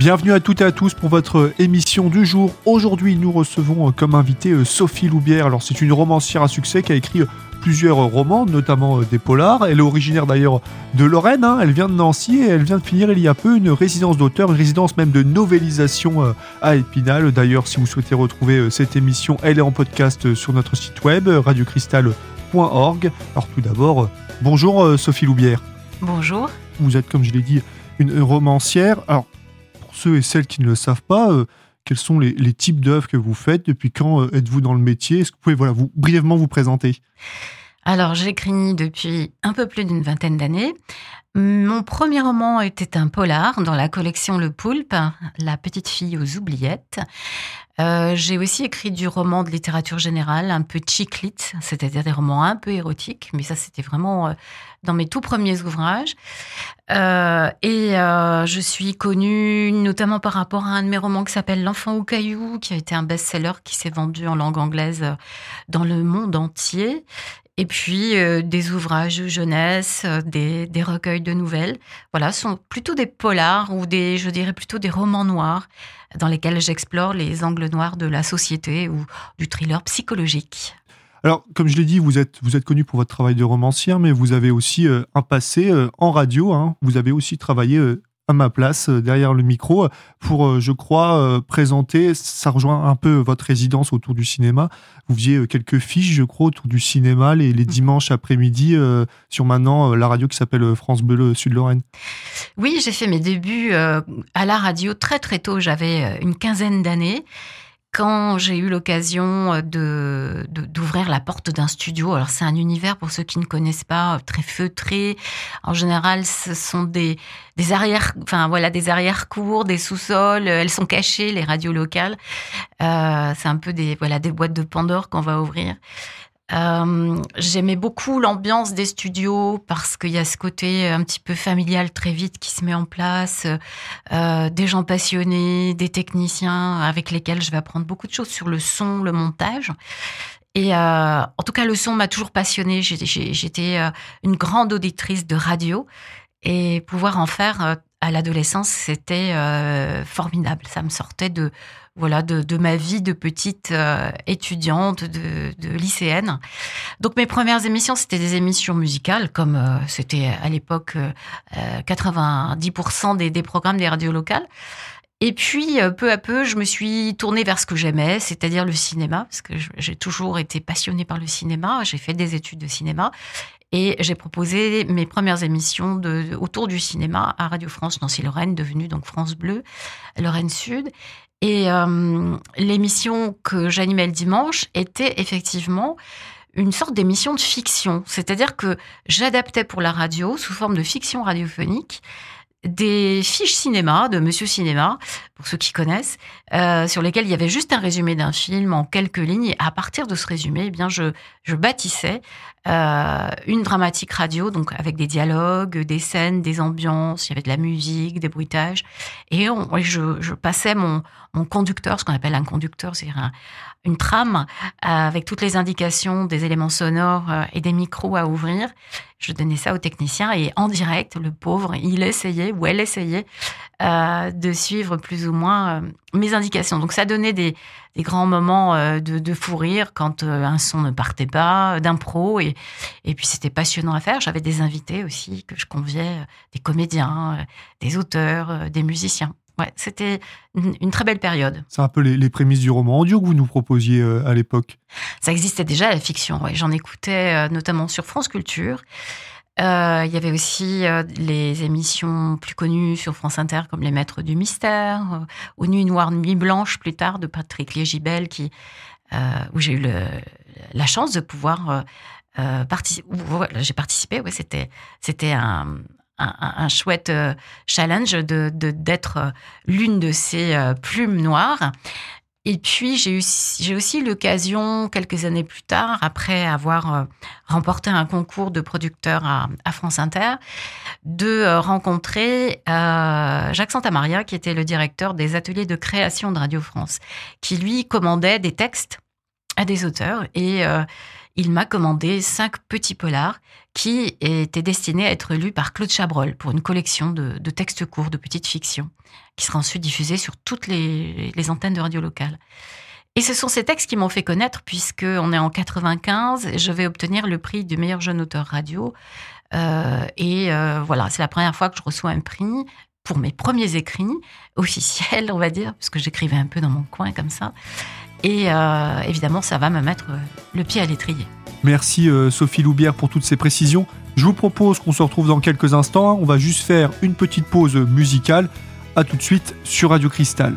Bienvenue à toutes et à tous pour votre émission du jour. Aujourd'hui, nous recevons comme invitée Sophie Loubière. Alors, c'est une romancière à succès qui a écrit plusieurs romans, notamment des polars. Elle est originaire d'ailleurs de Lorraine, elle vient de Nancy et elle vient de finir il y a peu une résidence d'auteur, une résidence même de novélisation à Épinal. D'ailleurs, si vous souhaitez retrouver cette émission, elle est en podcast sur notre site web radiocristal.org. Alors tout d'abord, bonjour Sophie Loubière. Bonjour. Vous êtes, comme je l'ai dit, une romancière. Alors, pour ceux et celles qui ne le savent pas, quels sont les types d'œuvres que vous faites? Depuis quand êtes-vous dans le métier? Est-ce que vous pouvez brièvement vous présenter? Alors, j'écris depuis un peu plus d'une vingtaine d'années. Mon premier roman était un polar dans la collection Le Poulpe, La petite fille aux oubliettes. J'ai aussi écrit du roman de littérature générale, un peu chick lit, c'est-à-dire des romans un peu érotiques, mais ça c'était vraiment dans mes tout premiers ouvrages. Je suis connue notamment par rapport à un de mes romans qui s'appelle L'enfant au caillou, qui a été un best-seller qui s'est vendu en langue anglaise dans le monde entier. Et puis des ouvrages de jeunesse, des recueils de nouvelles. Voilà, ce sont plutôt des polars ou je dirais plutôt des romans noirs dans lesquels j'explore les angles noirs de la société ou du thriller psychologique. Alors, comme je l'ai dit, vous êtes connue pour votre travail de romancière, mais vous avez aussi un passé en radio. Vous avez aussi travaillé à ma place, derrière le micro, pour, je crois, présenter, ça rejoint un peu votre résidence autour du cinéma. Vous faisiez quelques fiches, je crois, autour du cinéma, les dimanches après-midi, sur maintenant la radio qui s'appelle France Bleu Sud-Lorraine. Oui, j'ai fait mes débuts à la radio très très tôt, j'avais une quinzaine d'années. Quand j'ai eu l'occasion d'ouvrir la porte d'un studio, alors c'est un univers pour ceux qui ne connaissent pas, très feutré. En général, ce sont des arrière-cours, des sous-sols. Elles sont cachées, les radios locales. C'est un peu des boîtes de Pandore qu'on va ouvrir. J'aimais beaucoup l'ambiance des studios parce qu'il y a ce côté un petit peu familial très vite qui se met en place, des gens passionnés, des techniciens avec lesquels je vais apprendre beaucoup de choses sur le son, le montage. Et en tout cas, le son m'a toujours passionnée. J'étais une grande auditrice de radio et pouvoir en faire à l'adolescence, c'était formidable. Ça me sortait de ma vie de petite étudiante, de lycéenne. Donc mes premières émissions, c'était des émissions musicales, comme c'était à l'époque 90% des programmes des radios locales. Et puis, peu à peu, je me suis tournée vers ce que j'aimais, c'est-à-dire le cinéma, parce que j'ai toujours été passionnée par le cinéma. J'ai fait des études de cinéma. Et j'ai proposé mes premières émissions autour du cinéma à Radio France Nancy-Lorraine, devenue donc France Bleu, Lorraine Sud. Et l'émission que j'animais le dimanche était effectivement une sorte d'émission de fiction. C'est-à-dire que j'adaptais pour la radio, sous forme de fiction radiophonique, des fiches cinéma de Monsieur Cinéma, pour ceux qui connaissent, sur lesquelles il y avait juste un résumé d'un film en quelques lignes. Et à partir de ce résumé, eh bien, je bâtissais une dramatique radio, donc avec des dialogues, des scènes, des ambiances. Il y avait de la musique, des bruitages, et je passais mon conducteur, ce qu'on appelle un conducteur, c'est-à-dire une trame avec toutes les indications des éléments sonores et des micros à ouvrir. Je donnais ça au technicien et en direct, le pauvre, il essayait ou elle essayait de suivre plus ou moins mes indications. Donc ça donnait des grands moments de fou rire quand un son ne partait pas, d'impro, et puis c'était passionnant à faire. J'avais des invités aussi que je conviais, des comédiens, des auteurs, des musiciens. Ouais, c'était une très belle période. C'est un peu les prémices du roman audio que vous nous proposiez à l'époque. Ça existait déjà, la fiction. Ouais. J'en écoutais notamment sur France Culture. Il y avait aussi les émissions plus connues sur France Inter, comme Les Maîtres du Mystère, ou Nuit Noire, Nuit Blanche, plus tard, de Patrick Liegibel, où j'ai eu la chance de pouvoir participer. J'ai participé, ouais, c'était un chouette challenge d'être l'une de ces plumes noires. Et puis, j'ai aussi l'occasion, quelques années plus tard, après avoir remporté un concours de producteur à France Inter, de rencontrer Jacques Santamaria, qui était le directeur des ateliers de création de Radio France, qui lui commandait des textes à des auteurs et il m'a commandé 5 petits polars qui étaient destinés à être lus par Claude Chabrol pour une collection de textes courts, de petites fictions, qui sera ensuite diffusée sur toutes les antennes de radio locales. Et ce sont ces textes qui m'ont fait connaître, puisqu'on est en 95, je vais obtenir le prix du meilleur jeune auteur radio. Voilà, c'est la première fois que je reçois un prix pour mes premiers écrits officiels, on va dire, parce que j'écrivais un peu dans mon coin comme ça. Et évidemment, ça va me mettre le pied à l'étrier. Merci Sophie Loubière pour toutes ces précisions. Je vous propose qu'on se retrouve dans quelques instants. On va juste faire une petite pause musicale. À tout de suite sur Radio Cristal.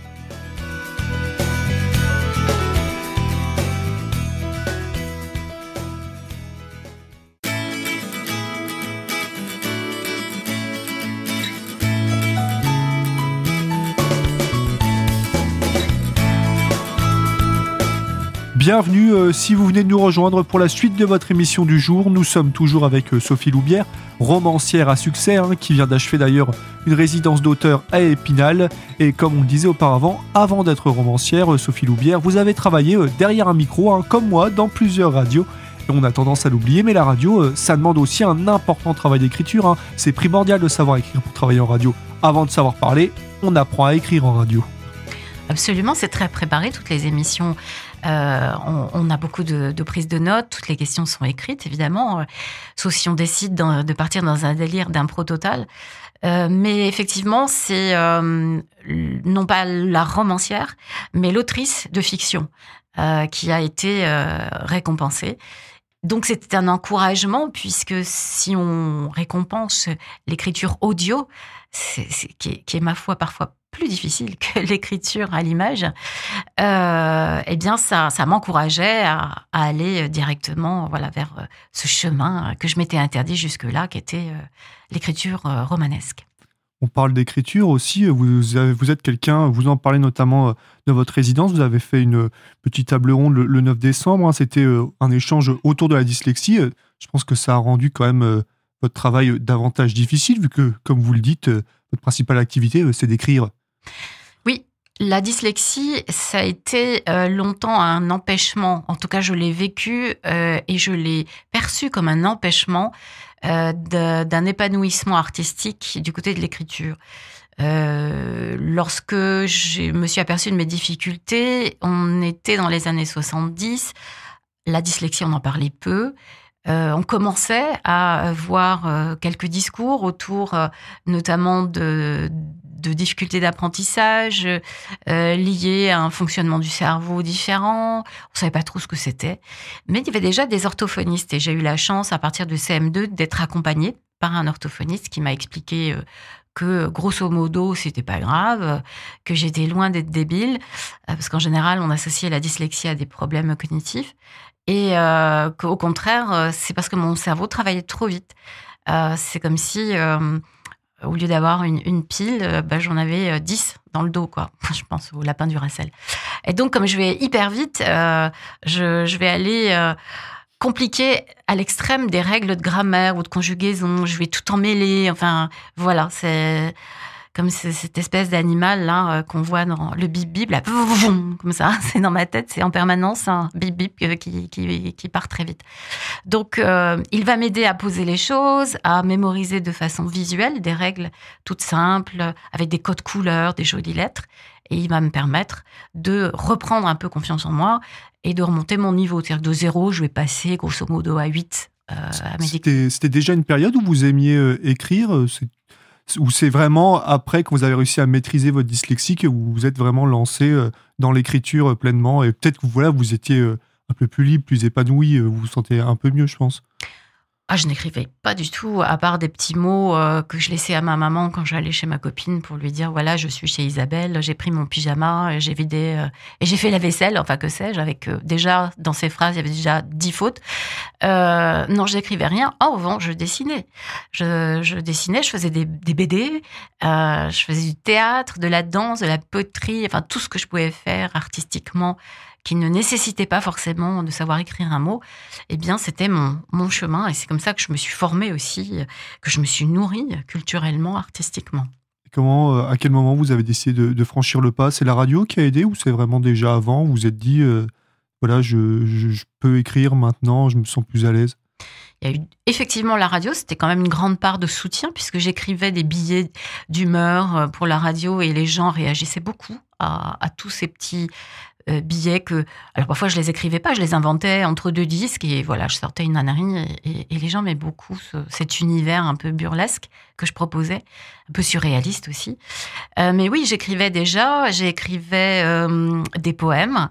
Bienvenue si vous venez de nous rejoindre pour la suite de votre émission du jour. Nous sommes toujours avec Sophie Loubière, romancière à succès, qui vient d'achever d'ailleurs une résidence d'auteur à Épinal. Et comme on le disait auparavant, avant d'être romancière, Sophie Loubière, vous avez travaillé derrière un micro, comme moi, dans plusieurs radios. Et on a tendance à l'oublier, mais la radio, ça demande aussi un important travail d'écriture. C'est primordial de savoir écrire pour travailler en radio. Avant de savoir parler, on apprend à écrire en radio. Absolument, c'est très préparé, toutes les émissions. On a beaucoup de prises de notes, toutes les questions sont écrites, évidemment, sauf si on décide de partir dans un délire d'impro total. Mais effectivement, c'est non pas la romancière, mais l'autrice de fiction qui a été récompensée. Donc c'était un encouragement, puisque si on récompense l'écriture audio, qui est ma foi parfois plus difficile que l'écriture à l'image, eh bien ça m'encourageait à aller directement vers ce chemin que je m'étais interdit jusque-là, qui était l'écriture romanesque. On parle d'écriture aussi, vous êtes quelqu'un, vous en parlez notamment de votre résidence, vous avez fait une petite table ronde le 9 décembre, c'était un échange autour de la dyslexie. Je pense que ça a rendu quand même votre travail davantage difficile, vu que, comme vous le dites, votre principale activité, c'est d'écrire. Oui, la dyslexie, ça a été longtemps un empêchement. En tout cas, je l'ai vécu et je l'ai perçu comme un empêchement d'un épanouissement artistique du côté de l'écriture. Lorsque je me suis aperçue de mes difficultés, on était dans les années 70, la dyslexie, on en parlait peu. On commençait à voir quelques discours autour notamment de difficultés d'apprentissage liées à un fonctionnement du cerveau différent. On savait pas trop ce que c'était. Mais il y avait déjà des orthophonistes et j'ai eu la chance, à partir de CM2, d'être accompagnée par un orthophoniste qui m'a expliqué que, grosso modo, c'était pas grave, que j'étais loin d'être débile, parce qu'en général, on associait la dyslexie à des problèmes cognitifs. Et qu'au contraire, c'est parce que mon cerveau travaillait trop vite. C'est comme si, au lieu d'avoir une pile, j'en avais 10 dans le dos, quoi. Je pense au lapin du Racel. Et donc, comme je vais hyper vite, je vais aller compliquer à l'extrême des règles de grammaire ou de conjugaison. Je vais tout emmêler. Enfin, voilà, c'est comme cette espèce d'animal là qu'on voit dans le bip-bip, là, comme ça, c'est dans ma tête, c'est en permanence un bip-bip qui part très vite. Donc, il va m'aider à poser les choses, à mémoriser de façon visuelle des règles toutes simples, avec des codes couleurs, des jolies lettres, et il va me permettre de reprendre un peu confiance en moi et de remonter mon niveau. C'est-à-dire que de 0, je vais passer grosso modo à 8. C'était déjà une période où vous aimiez écrire ou c'est vraiment après que vous avez réussi à maîtriser votre dyslexie que vous vous êtes vraiment lancé dans l'écriture pleinement, et peut-être que vous étiez un peu plus libre, plus épanoui, vous vous sentez un peu mieux, je pense. Je n'écrivais pas du tout, à part des petits mots que je laissais à ma maman quand j'allais chez ma copine pour lui dire, voilà, je suis chez Isabelle, j'ai pris mon pyjama, j'ai vidé et j'ai fait la vaisselle, enfin que sais-je, avec déjà, dans ces phrases, il y avait déjà 10 fautes. Non, je n'écrivais rien. En revanche, je dessinais. Je dessinais, je faisais des BD, je faisais du théâtre, de la danse, de la poterie, enfin tout ce que je pouvais faire artistiquement, qui ne nécessitait pas forcément de savoir écrire un mot, eh bien, c'était mon chemin. Et c'est comme ça que je me suis formée aussi, que je me suis nourrie culturellement, artistiquement. À quel moment vous avez décidé de franchir le pas ? C'est la radio qui a aidé ou c'est vraiment déjà avant ? Vous vous êtes dit, voilà, je peux écrire maintenant, je me sens plus à l'aise? Il y a eu effectivement la radio, c'était quand même une grande part de soutien puisque j'écrivais des billets d'humeur pour la radio et les gens réagissaient beaucoup à tous ces petits billets que... Alors parfois je les écrivais pas, je les inventais entre deux disques et voilà, je sortais une ânerie et les gens aimaient beaucoup cet univers un peu burlesque que je proposais, un peu surréaliste aussi. Mais oui, j'écrivais des poèmes.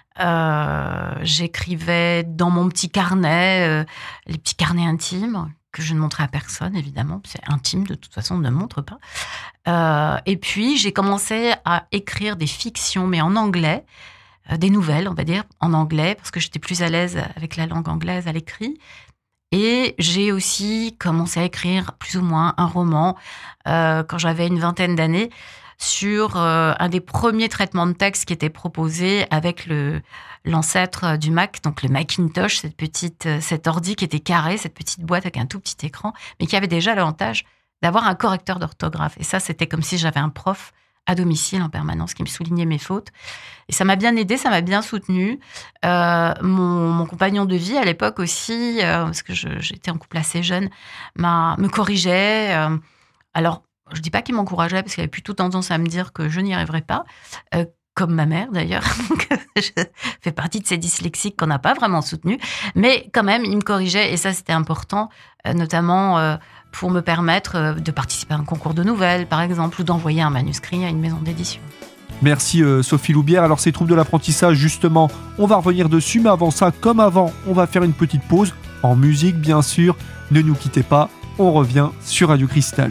J'écrivais dans mon petit carnet, les petits carnets intimes que je ne montrais à personne, évidemment. C'est intime, de toute façon, on ne montre pas. Et puis, j'ai commencé à écrire des fictions, mais en anglais, des nouvelles, on va dire, en anglais, parce que j'étais plus à l'aise avec la langue anglaise à l'écrit. Et j'ai aussi commencé à écrire plus ou moins un roman quand j'avais une vingtaine d'années, sur un des premiers traitements de texte qui était proposé avec l'ancêtre du Mac, donc le Macintosh, cet ordi qui était carré, cette petite boîte avec un tout petit écran, mais qui avait déjà l'avantage d'avoir un correcteur d'orthographe. Et ça, c'était comme si j'avais un prof à domicile en permanence qui me soulignait mes fautes. Et ça m'a bien aidée, ça m'a bien soutenue. Mon compagnon de vie à l'époque aussi, parce que j'étais en couple assez jeune, me corrigeait. Alors, je dis pas qu'il m'encourageait parce qu'il avait plutôt tendance à me dire que je n'y arriverais pas, comme ma mère d'ailleurs. Donc, je fais partie de ces dyslexiques qu'on n'a pas vraiment soutenus. Mais quand même, il me corrigeait et ça, c'était important, notamment pour me permettre de participer à un concours de nouvelles, par exemple, ou d'envoyer un manuscrit à une maison d'édition. Merci Sophie Loubière. Alors ces troubles de l'apprentissage, justement, on va revenir dessus, mais avant ça, comme avant, on va faire une petite pause, en musique bien sûr. Ne nous quittez pas, on revient sur Radio Cristal.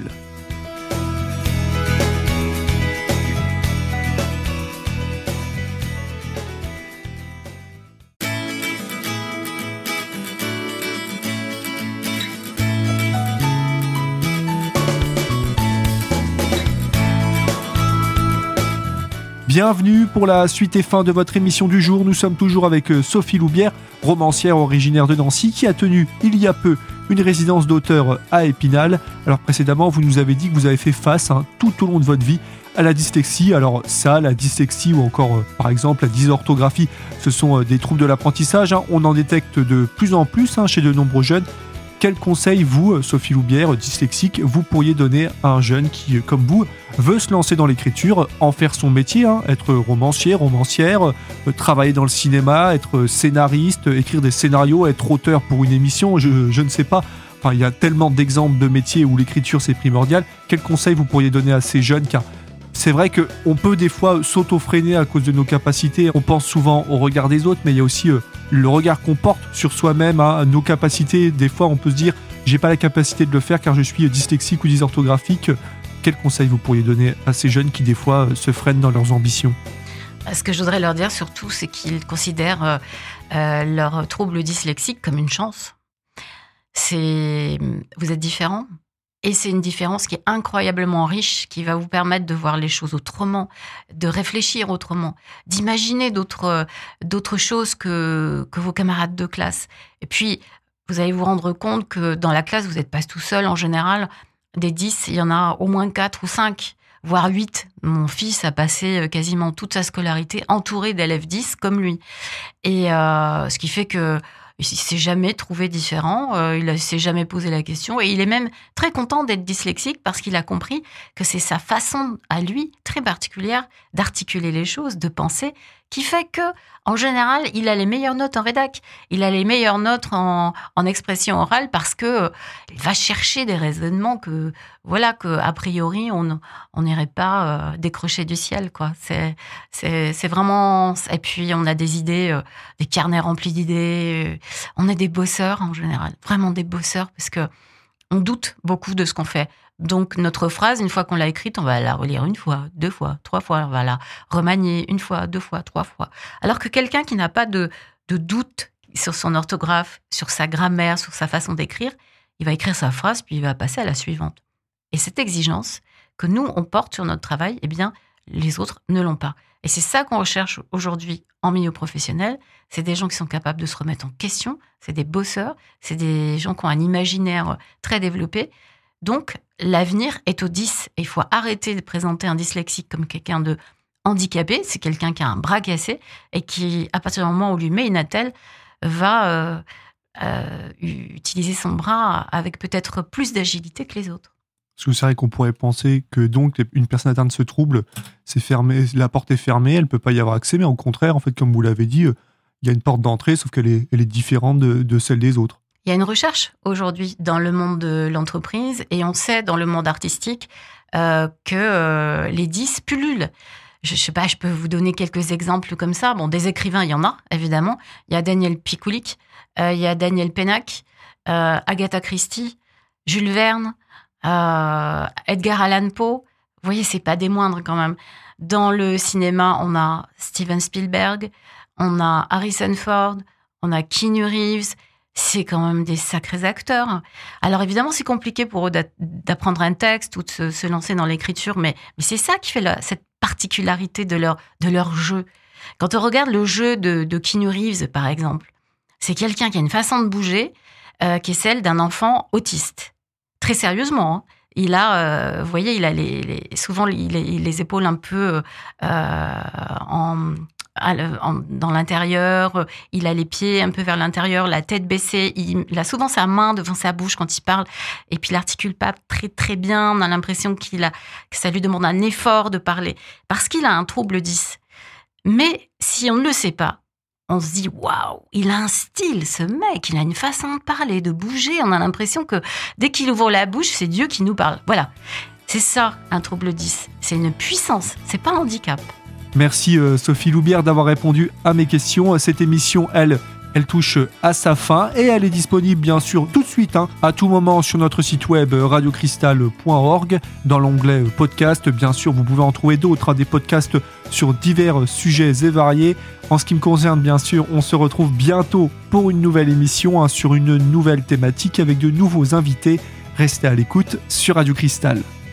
Bienvenue pour la suite et fin de votre émission du jour. Nous sommes toujours avec Sophie Loubière, romancière originaire de Nancy, qui a tenu il y a peu une résidence d'auteur à Épinal. Alors précédemment, vous nous avez dit que vous avez fait face tout au long de votre vie à la dyslexie. Alors ça, la dyslexie ou encore par exemple la dysorthographie, ce sont des troubles de l'apprentissage. On en détecte de plus en plus chez de nombreux jeunes. Quel conseil, vous, Sophie Loubière, dyslexique, vous pourriez donner à un jeune qui, comme vous, veut se lancer dans l'écriture, en faire son métier, être romancière, travailler dans le cinéma, être scénariste, écrire des scénarios, être auteur pour une émission, je ne sais pas. Enfin, il y a tellement d'exemples de métiers où l'écriture c'est primordial. Quel conseil vous pourriez donner à ces jeunes? Car c'est vrai qu'on peut des fois s'auto-freiner à cause de nos capacités. On pense souvent au regard des autres, mais il y a aussi le regard qu'on porte sur soi-même, nos capacités. Des fois, on peut se dire « j'ai pas la capacité de le faire car je suis dyslexique ou dysorthographique ». Quel conseil vous pourriez donner à ces jeunes qui, des fois, se freinent dans leurs ambitions? Ce que je voudrais leur dire, surtout, c'est qu'ils considèrent leur trouble dyslexique comme une chance. Vous êtes différents. Et c'est une différence qui est incroyablement riche, qui va vous permettre de voir les choses autrement, de réfléchir autrement, d'imaginer d'autres choses que vos camarades de classe. Et puis, vous allez vous rendre compte que dans la classe, vous n'êtes pas tout seul. En général, des 10, il y en a au moins 4 ou 5, voire 8. Mon fils a passé quasiment toute sa scolarité entouré d'élèves 10 comme lui. Et ce qui fait que il s'est jamais trouvé différent, il s'est jamais posé la question et il est même très content d'être dyslexique parce qu'il a compris que c'est sa façon à lui très particulière d'articuler les choses, de penser, qui fait que en général il a les meilleures notes en rédac, il a les meilleures notes en expression orale parce que il va chercher des raisonnements que a priori on n'irait pas décrocher du ciel quoi. C'est vraiment. Et puis on a des idées, des carnets remplis d'idées. On est des bosseurs en général, vraiment des bosseurs parce que on doute beaucoup de ce qu'on fait. Donc notre phrase, une fois qu'on l'a écrite, on va la relire une fois, 2 fois, 3 fois, on va la remanier une fois, 2 fois, 3 fois. Alors que quelqu'un qui n'a pas de doute sur son orthographe, sur sa grammaire, sur sa façon d'écrire, il va écrire sa phrase puis il va passer à la suivante. Et cette exigence que nous on porte sur notre travail, eh bien les autres ne l'ont pas. Et c'est ça qu'on recherche aujourd'hui en milieu professionnel. C'est des gens qui sont capables de se remettre en question. C'est des bosseurs. C'est des gens qui ont un imaginaire très développé. Donc, l'avenir est au 10. Et il faut arrêter de présenter un dyslexique comme quelqu'un de handicapé, c'est quelqu'un qui a un bras cassé et qui, à partir du moment où on lui met une attelle, va utiliser son bras avec peut-être plus d'agilité que les autres. Parce que c'est vrai qu'on pourrait penser que donc une personne atteinte de ce trouble, c'est fermé, la porte est fermée, elle ne peut pas y avoir accès, mais au contraire, en fait, comme vous l'avez dit, il y a une porte d'entrée, sauf qu'elle est différente de celle des autres. Il y a une recherche aujourd'hui dans le monde de l'entreprise et on sait dans le monde artistique que les 10 pullulent. Je sais pas, je peux vous donner quelques exemples comme ça. Bon, des écrivains, il y en a, évidemment. Il y a Daniel Pikulik, il y a Daniel Pennac, Agatha Christie, Jules Verne, Edgar Allan Poe. Vous voyez, c'est pas des moindres quand même. Dans le cinéma, on a Steven Spielberg, on a Harrison Ford, on a Keanu Reeves. C'est quand même des sacrés acteurs. Alors évidemment, c'est compliqué pour eux d'apprendre un texte ou de se lancer dans l'écriture, mais c'est ça qui fait cette particularité de leur jeu. Quand on regarde le jeu de Keanu Reeves, par exemple, c'est quelqu'un qui a une façon de bouger qui est celle d'un enfant autiste. Très sérieusement, hein. Il a, vous voyez, il a souvent les épaules un peu dans l'intérieur, il a les pieds un peu vers l'intérieur, la tête baissée, il a souvent sa main devant sa bouche quand il parle, et puis il articule pas très très bien, on a l'impression que ça lui demande un effort de parler, parce qu'il a un trouble 10. Mais si on ne le sait pas, on se dit, waouh, il a un style, ce mec, il a une façon de parler, de bouger, on a l'impression que dès qu'il ouvre la bouche, c'est Dieu qui nous parle. Voilà, c'est ça un trouble 10, c'est une puissance, c'est pas un handicap. Merci Sophie Loubière d'avoir répondu à mes questions. Cette émission, elle touche à sa fin et elle est disponible bien sûr tout de suite, à tout moment sur notre site web radiocristal.org dans l'onglet podcast. Bien sûr, vous pouvez en trouver d'autres, des podcasts sur divers sujets et variés. En ce qui me concerne, bien sûr, on se retrouve bientôt pour une nouvelle émission sur une nouvelle thématique avec de nouveaux invités. Restez à l'écoute sur Radio Cristal.